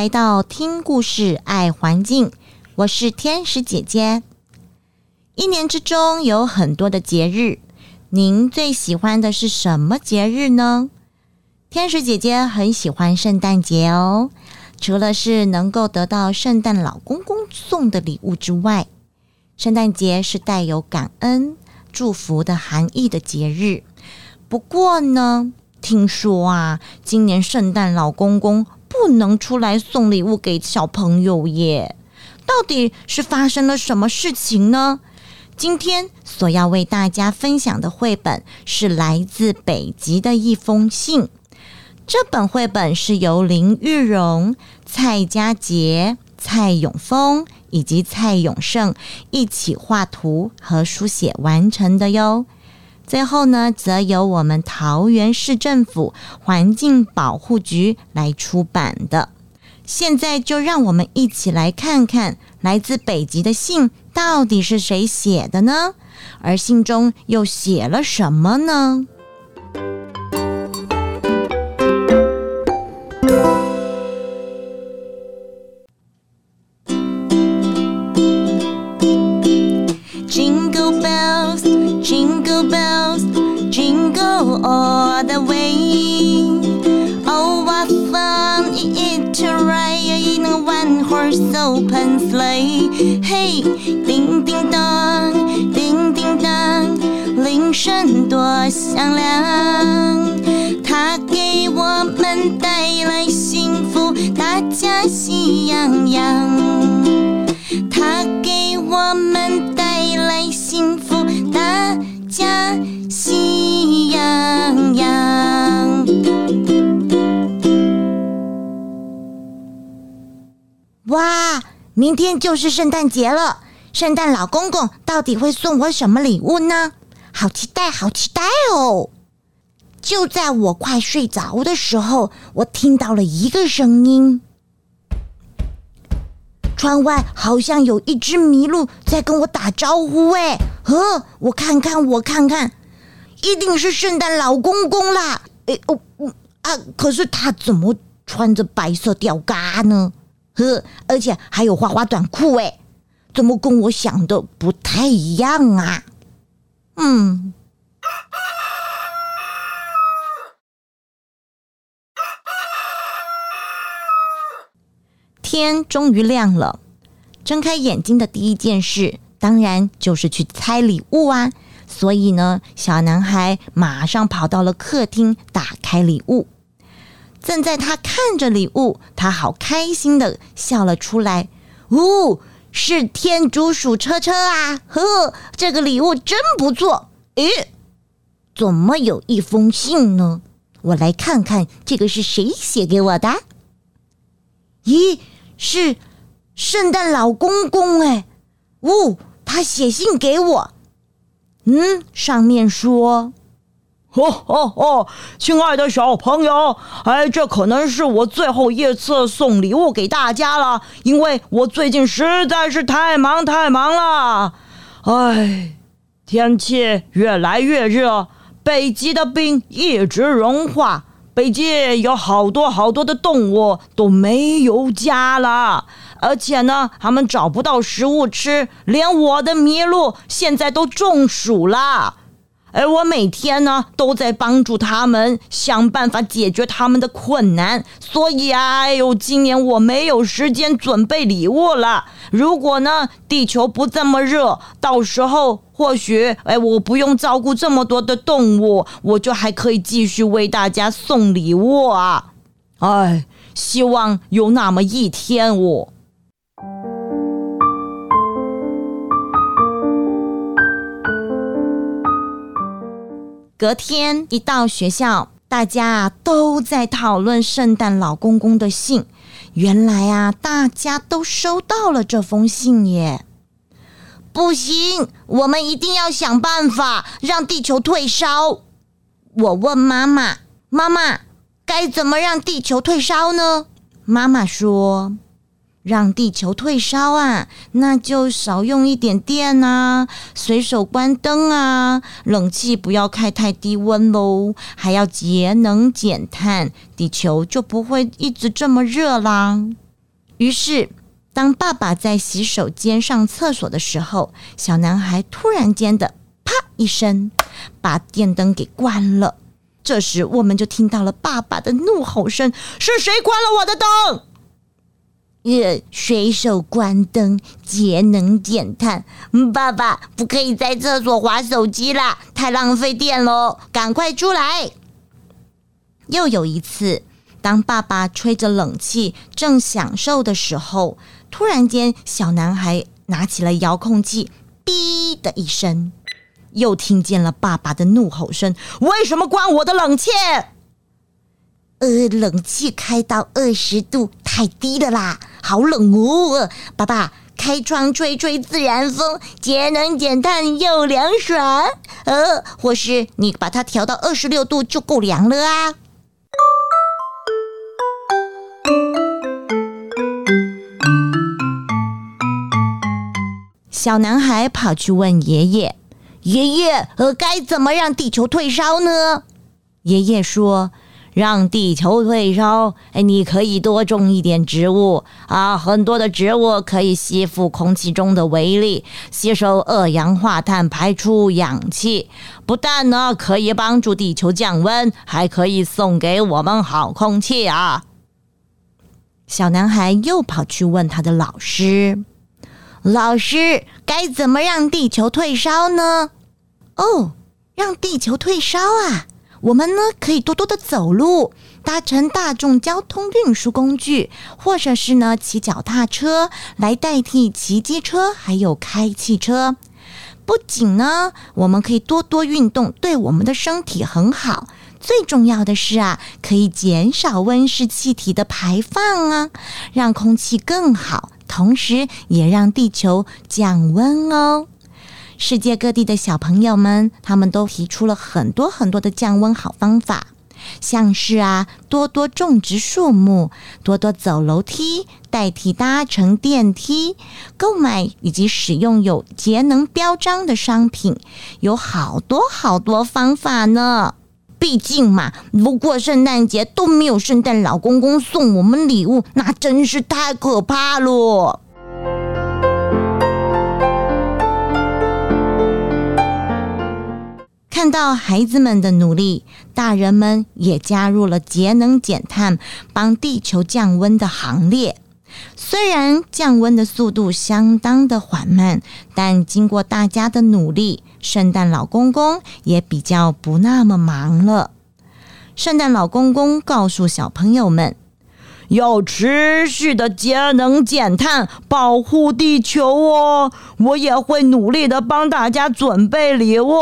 来到听故事爱环境，我是天使姐姐。一年之中有很多的节日，您最喜欢的是什么节日呢？天使姐姐很喜欢圣诞节哦，除了是能够得到圣诞老公公送的礼物之外，圣诞节是带有感恩、祝福的含义的节日。不过呢，听说啊，今年圣诞老公公不能出来送礼物给小朋友耶。到底是发生了什么事情呢？今天所要为大家分享的绘本是来自北极的一封信。这本绘本是由林玉荣、蔡佳杰、蔡永峰以及蔡永胜一起画图和书写完成的哟。最后呢，则由我们桃园市政府环境保护局来出版的。现在就让我们一起来看看来自北极的信到底是谁写的呢？而信中又写了什么呢？Jingle bells, jingle bells, jingle all the way. Oh, what fun it is to ride in a one-horse open sleigh. Hey, 叮叮当，叮叮当，铃声多响亮。它给我们带来幸福，大家喜洋洋。它给我们带来幸福，大家喜洋洋。哇，明天就是圣诞节了，圣诞老公公到底会送我什么礼物呢？好期待，好期待哦！就在我快睡着的时候，我听到了一个声音。窗外好像有一只麋鹿在跟我打招呼诶，我看看，一定是圣诞老公公啦！可是他怎么穿着白色吊嘎呢？而且还有花花短裤诶，怎么跟我想的不太一样啊？天终于亮了，睁开眼睛的第一件事当然就是去拆礼物啊。所以呢，小男孩马上跑到了客厅，打开礼物。正在他看着礼物，他好开心的笑了出来。是天竺鼠车车啊！这个礼物真不错。怎么有一封信呢？我来看看这个是谁写给我的。咦，是圣诞老公公诶。他写信给我。上面说， 亲爱的小朋友，这可能是我最后一次送礼物给大家了，因为我最近实在是太忙了。天气越来越热，北极的冰一直融化，北极有好多的动物都没有家了，而且呢，他们找不到食物吃，连我的麋鹿现在都中暑了。我每天呢都在帮助他们想办法解决他们的困难，所以今年我没有时间准备礼物了。如果呢地球不这么热，到时候或许我不用照顾这么多的动物，我就还可以继续为大家送礼物啊。希望有那么一天哦。 隔天一到学校，大家都在讨论圣诞老公公的信。原来大家都收到了这封信耶。不行，我们一定要想办法让地球退烧。我问妈妈，该怎么让地球退烧呢？妈妈说，让地球退烧那就少用一点电随手关灯冷气不要开太低温咯，还要节能减碳，地球就不会一直这么热啦。 于是当爸爸在洗手间上厕所的时候，小男孩突然间的啪一声把电灯给关了。这时我们就听到了爸爸的怒吼声：是谁关了我的灯？随手关灯，节能减碳。爸爸，不可以在厕所滑手机啦，太浪费电了，赶快出来。又有一次，当爸爸吹着冷气正享受的时候，突然间小男孩拿起了遥控器，哔的一声，又听见了爸爸的怒吼声：为什么关我的冷气？冷气开到20度，太低了啦，好冷哦！爸爸，开窗吹吹自然风，节能减碳又凉爽。或是你把它调到26度就够凉了啊。小男孩跑去问爷爷：爷爷，该怎么让地球退烧呢？爷爷说：让地球退烧，你可以多种一点植物啊，很多的植物可以吸附空气中的微粒，吸收二氧化碳，排出氧气。不但呢可以帮助地球降温，还可以送给我们好空气啊。小男孩又跑去问他的老师：老师，该怎么让地球退烧呢？让地球退烧啊，我们呢可以多多的走路，搭乘大众交通运输工具，或者是呢骑脚踏车来代替骑机车还有开汽车。不仅呢我们可以多多运动，对我们的身体很好，最重要的是啊，可以减少温室气体的排放啊，让空气更好，同时也让地球降温哦。世界各地的小朋友们，他们都提出了很多很多的降温好方法，像是啊，多多种植树木，多多走楼梯，代替搭乘电梯，购买以及使用有节能标章的商品，有好多好多方法呢。毕竟嘛，不过圣诞节都没有圣诞老公公送我们礼物，那真是太可怕了。看到孩子们的努力，大人们也加入了节能减碳、帮地球降温的行列。虽然降温的速度相当的缓慢，但经过大家的努力，圣诞老公公也比较不那么忙了。圣诞老公公告诉小朋友们， 要持续的节能减碳，保护地球哦！我也会努力的帮大家准备礼物。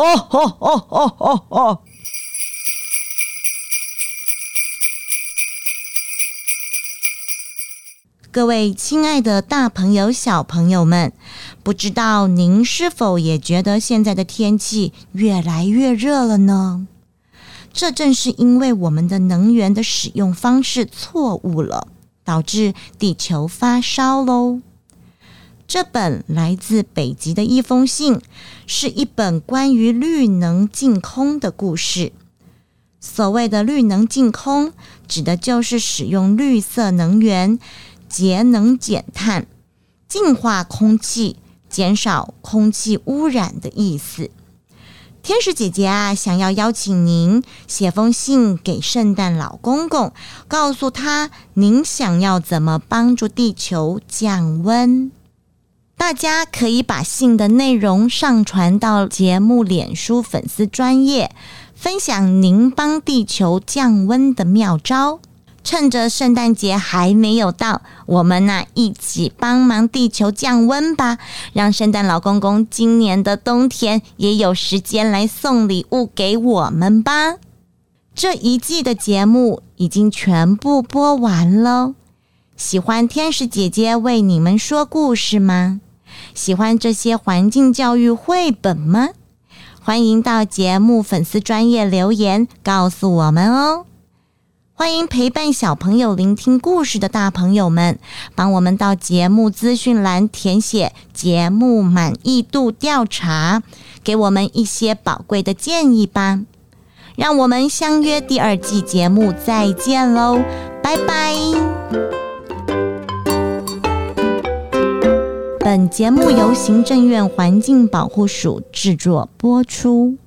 各位亲爱的大朋友小朋友们，不知道您是否也觉得现在的天气越来越热了呢？这正是因为我们的能源的使用方式错误了，导致地球发烧咯。这本来自北极的一封信，是一本关于绿能净空的故事。所谓的绿能净空，指的就是使用绿色能源，节能减碳，净化空气，减少空气污染的意思。天使姐姐啊，想要邀请您写封信给圣诞老公公，告诉他您想要怎么帮助地球降温。大家可以把信的内容上传到节目脸书粉丝专页，分享您帮地球降温的妙招。趁着圣诞节还没有到，我们一起帮忙地球降温吧，让圣诞老公公今年的冬天也有时间来送礼物给我们吧。这一季的节目已经全部播完了，喜欢天使姐姐为你们说故事吗？喜欢这些环境教育绘本吗？欢迎到节目粉丝专页留言告诉我们哦。欢迎陪伴小朋友聆听故事的大朋友们，帮我们到节目资讯栏填写节目满意度调查，给我们一些宝贵的建议吧。让我们相约第2季节目再见喽，拜拜。 本节目由行政院环境保护署制作播出。